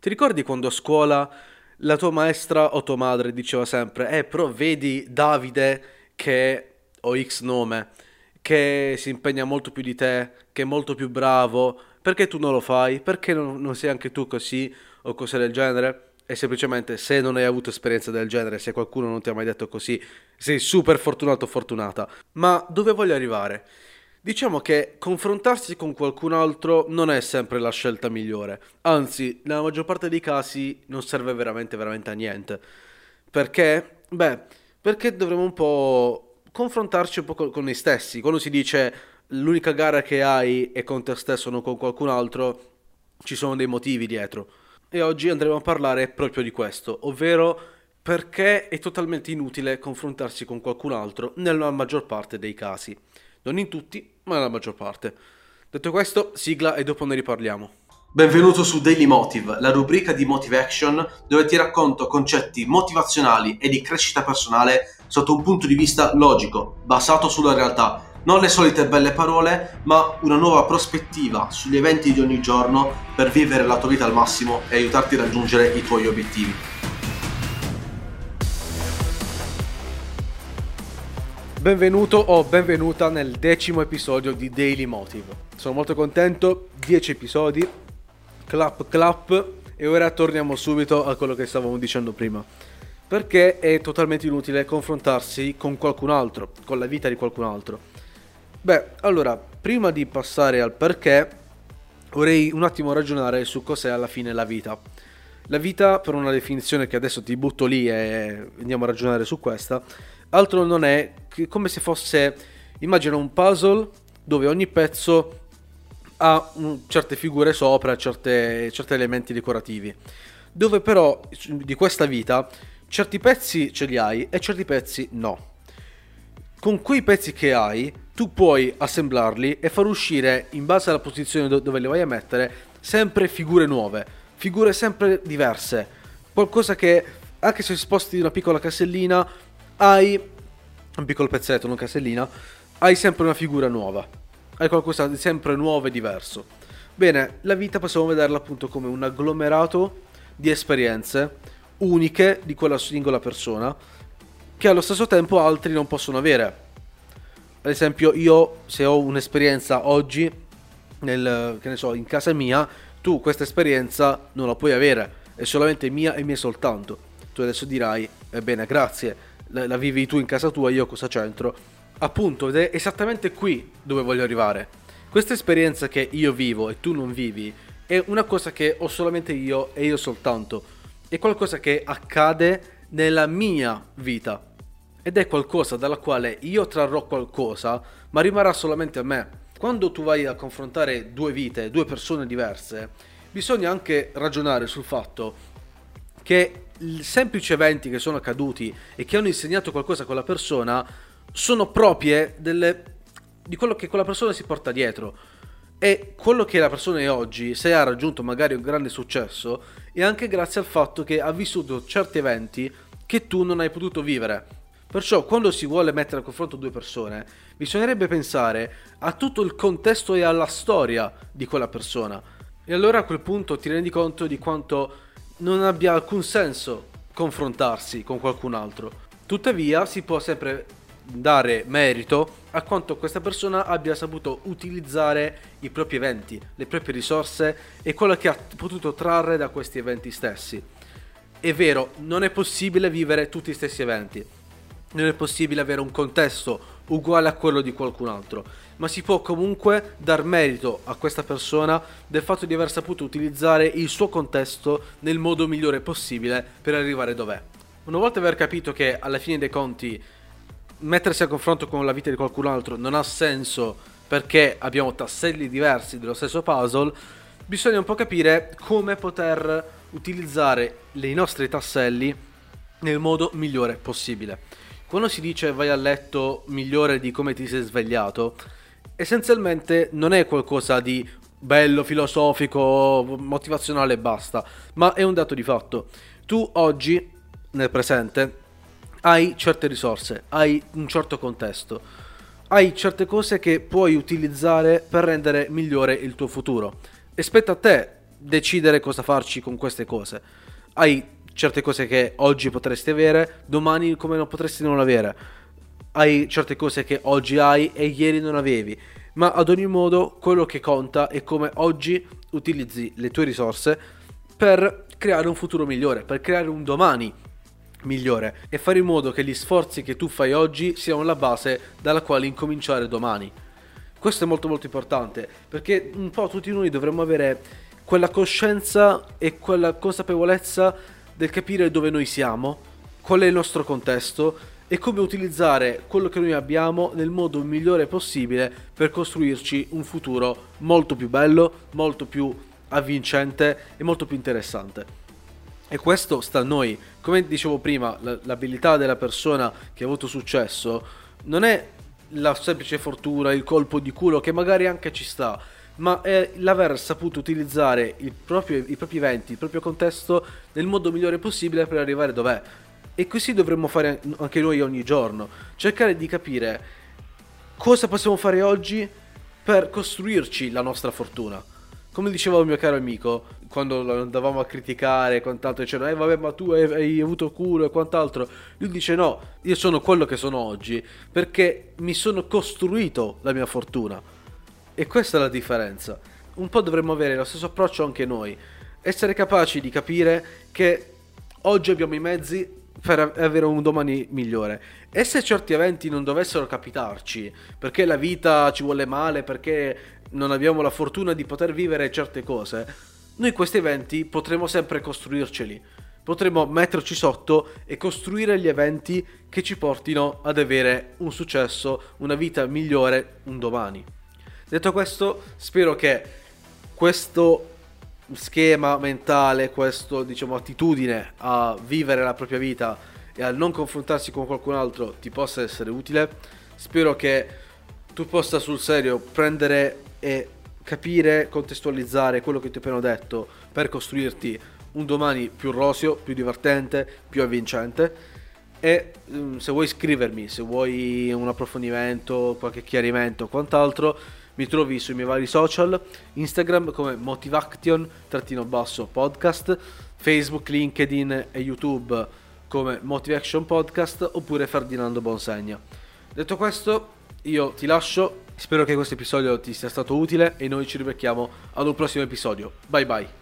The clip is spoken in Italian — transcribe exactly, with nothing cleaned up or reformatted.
Ti ricordi quando a scuola la tua maestra o tua madre diceva sempre, eh, però vedi Davide che ho X nome, che si impegna molto più di te, che è molto più bravo, perché tu non lo fai? Perché non, non sei anche tu così o cose del genere? E semplicemente se non hai avuto esperienze del genere, se qualcuno non ti ha mai detto così, sei super fortunato o fortunata. Ma dove voglio arrivare? Diciamo che confrontarsi con qualcun altro non è sempre la scelta migliore, anzi, nella maggior parte dei casi non serve veramente veramente a niente. Perché? Beh, perché dovremmo un po' confrontarci un po' con, con noi stessi. Quando si dice l'unica gara che hai è con te stesso, non con qualcun altro, ci sono dei motivi dietro. E oggi andremo a parlare proprio di questo, ovvero perché è totalmente inutile confrontarsi con qualcun altro nella maggior parte dei casi. Non in tutti, ma nella maggior parte. Detto questo, sigla e dopo ne riparliamo. Benvenuto su Daily Motive, la rubrica di Motive Action dove ti racconto concetti motivazionali e di crescita personale sotto un punto di vista logico, basato sulla realtà. Non le solite belle parole, ma una nuova prospettiva sugli eventi di ogni giorno per vivere la tua vita al massimo e aiutarti a raggiungere i tuoi obiettivi. Benvenuto o benvenuta nel decimo episodio di Daily Motive. Sono molto contento, dieci episodi, clap clap, e ora torniamo subito a quello che stavamo dicendo prima. Perché è totalmente inutile confrontarsi con qualcun altro, con la vita di qualcun altro. Beh, allora, prima di passare al perché, vorrei un attimo ragionare su cos'è alla fine la vita. La vita, per una definizione che adesso ti butto lì e andiamo a ragionare su questa, altro non è che come se fosse, immagina un puzzle dove ogni pezzo ha un- certe figure sopra, certe, certi elementi decorativi, dove però di questa vita certi pezzi ce li hai e certi pezzi no. Con quei pezzi che hai, tu puoi assemblarli e far uscire, in base alla posizione do- dove le vai a mettere, sempre figure nuove, figure sempre diverse. Qualcosa che, anche se sposti una piccola casellina, hai un piccolo pezzetto, non casellina, hai sempre una figura nuova. Hai qualcosa di sempre nuovo e diverso. Bene, la vita possiamo vederla appunto come un agglomerato di esperienze uniche di quella singola persona che allo stesso tempo altri non possono avere. Ad esempio, io se ho un'esperienza oggi nel, che ne so, in casa mia, tu questa esperienza non la puoi avere, è solamente mia e mia soltanto. Tu adesso dirai, ebbene, grazie, la, la vivi tu in casa tua, io cosa c'entro? Appunto, ed è esattamente qui dove voglio arrivare. Questa esperienza che io vivo e tu non vivi è una cosa che ho solamente io e io soltanto. È qualcosa che accade nella mia vita. Ed è qualcosa dalla quale io trarrò qualcosa, ma rimarrà solamente a me. Quando tu vai a confrontare due vite, due persone diverse, bisogna anche ragionare sul fatto che i semplici eventi che sono accaduti e che hanno insegnato qualcosa a quella persona sono proprie delle, di quello che quella persona si porta dietro. E quello che la persona è oggi, se ha raggiunto magari un grande successo, è anche grazie al fatto che ha vissuto certi eventi che tu non hai potuto vivere. Perciò quando si vuole mettere a confronto due persone, bisognerebbe pensare a tutto il contesto e alla storia di quella persona. E allora a quel punto ti rendi conto di quanto non abbia alcun senso confrontarsi con qualcun altro. Tuttavia si può sempre dare merito a quanto questa persona abbia saputo utilizzare i propri eventi, le proprie risorse e quello che ha potuto trarre da questi eventi stessi. È vero, non è possibile vivere tutti gli stessi eventi, non è possibile avere un contesto uguale a quello di qualcun altro, ma si può comunque dar merito a questa persona del fatto di aver saputo utilizzare il suo contesto nel modo migliore possibile per arrivare dov'è. Una volta aver capito che alla fine dei conti mettersi a confronto con la vita di qualcun altro non ha senso perché abbiamo tasselli diversi dello stesso puzzle, bisogna un po' capire come poter utilizzare i nostri tasselli nel modo migliore possibile. Quando si dice vai a letto migliore di come ti sei svegliato, essenzialmente non è qualcosa di bello, filosofico, motivazionale e basta, ma è un dato di fatto. Tu oggi, nel presente, hai certe risorse, hai un certo contesto, hai certe cose che puoi utilizzare per rendere migliore il tuo futuro. E spetta a te decidere cosa farci con queste cose. Hai certe cose che oggi potresti avere, domani come non potresti non avere. Hai certe cose che oggi hai e ieri non avevi. Ma ad ogni modo quello che conta è come oggi utilizzi le tue risorse per creare un futuro migliore, per creare un domani migliore e fare in modo che gli sforzi che tu fai oggi siano la base dalla quale incominciare domani. Questo è molto molto importante, perché un po' tutti noi dovremmo avere quella coscienza e quella consapevolezza del capire dove noi siamo, qual è il nostro contesto e come utilizzare quello che noi abbiamo nel modo migliore possibile per costruirci un futuro molto più bello, molto più avvincente e molto più interessante. E questo sta a noi. Come dicevo prima, l'abilità della persona che ha avuto successo non è la semplice fortuna, il colpo di culo, che magari anche ci sta, ma è l'aver saputo utilizzare il proprio, i propri eventi, il proprio contesto nel modo migliore possibile per arrivare dov'è. E così dovremmo fare anche noi ogni giorno, cercare di capire cosa possiamo fare oggi per costruirci la nostra fortuna. Come diceva il mio caro amico, quando lo andavamo a criticare e quant'altro, dicevano eh vabbè ma tu hai, hai avuto culo e quant'altro, lui dice no, io sono quello che sono oggi perché mi sono costruito la mia fortuna. E questa è la differenza. Un po' dovremmo avere lo stesso approccio anche noi, essere capaci di capire che oggi abbiamo i mezzi per avere un domani migliore. E se certi eventi non dovessero capitarci, perché la vita ci vuole male, perché non abbiamo la fortuna di poter vivere certe cose, noi questi eventi potremo sempre costruirceli. Potremo metterci sotto e costruire gli eventi che ci portino ad avere un successo, una vita migliore un domani. Detto questo, spero che questo schema mentale, questa diciamo attitudine a vivere la propria vita e a non confrontarsi con qualcun altro ti possa essere utile. Spero che tu possa sul serio prendere e capire, contestualizzare quello che ti ho appena detto per costruirti un domani più roseo, più divertente, più avvincente. E um, se vuoi scrivermi, se vuoi un approfondimento, qualche chiarimento o quant'altro, mi trovi sui miei vari social, Instagram come motivaction-podcast, Facebook, LinkedIn e YouTube come Motivation Podcast oppure Ferdinando Bonsegna. Detto questo, io ti lascio, spero che questo episodio ti sia stato utile e noi ci ribecchiamo ad un prossimo episodio. Bye bye!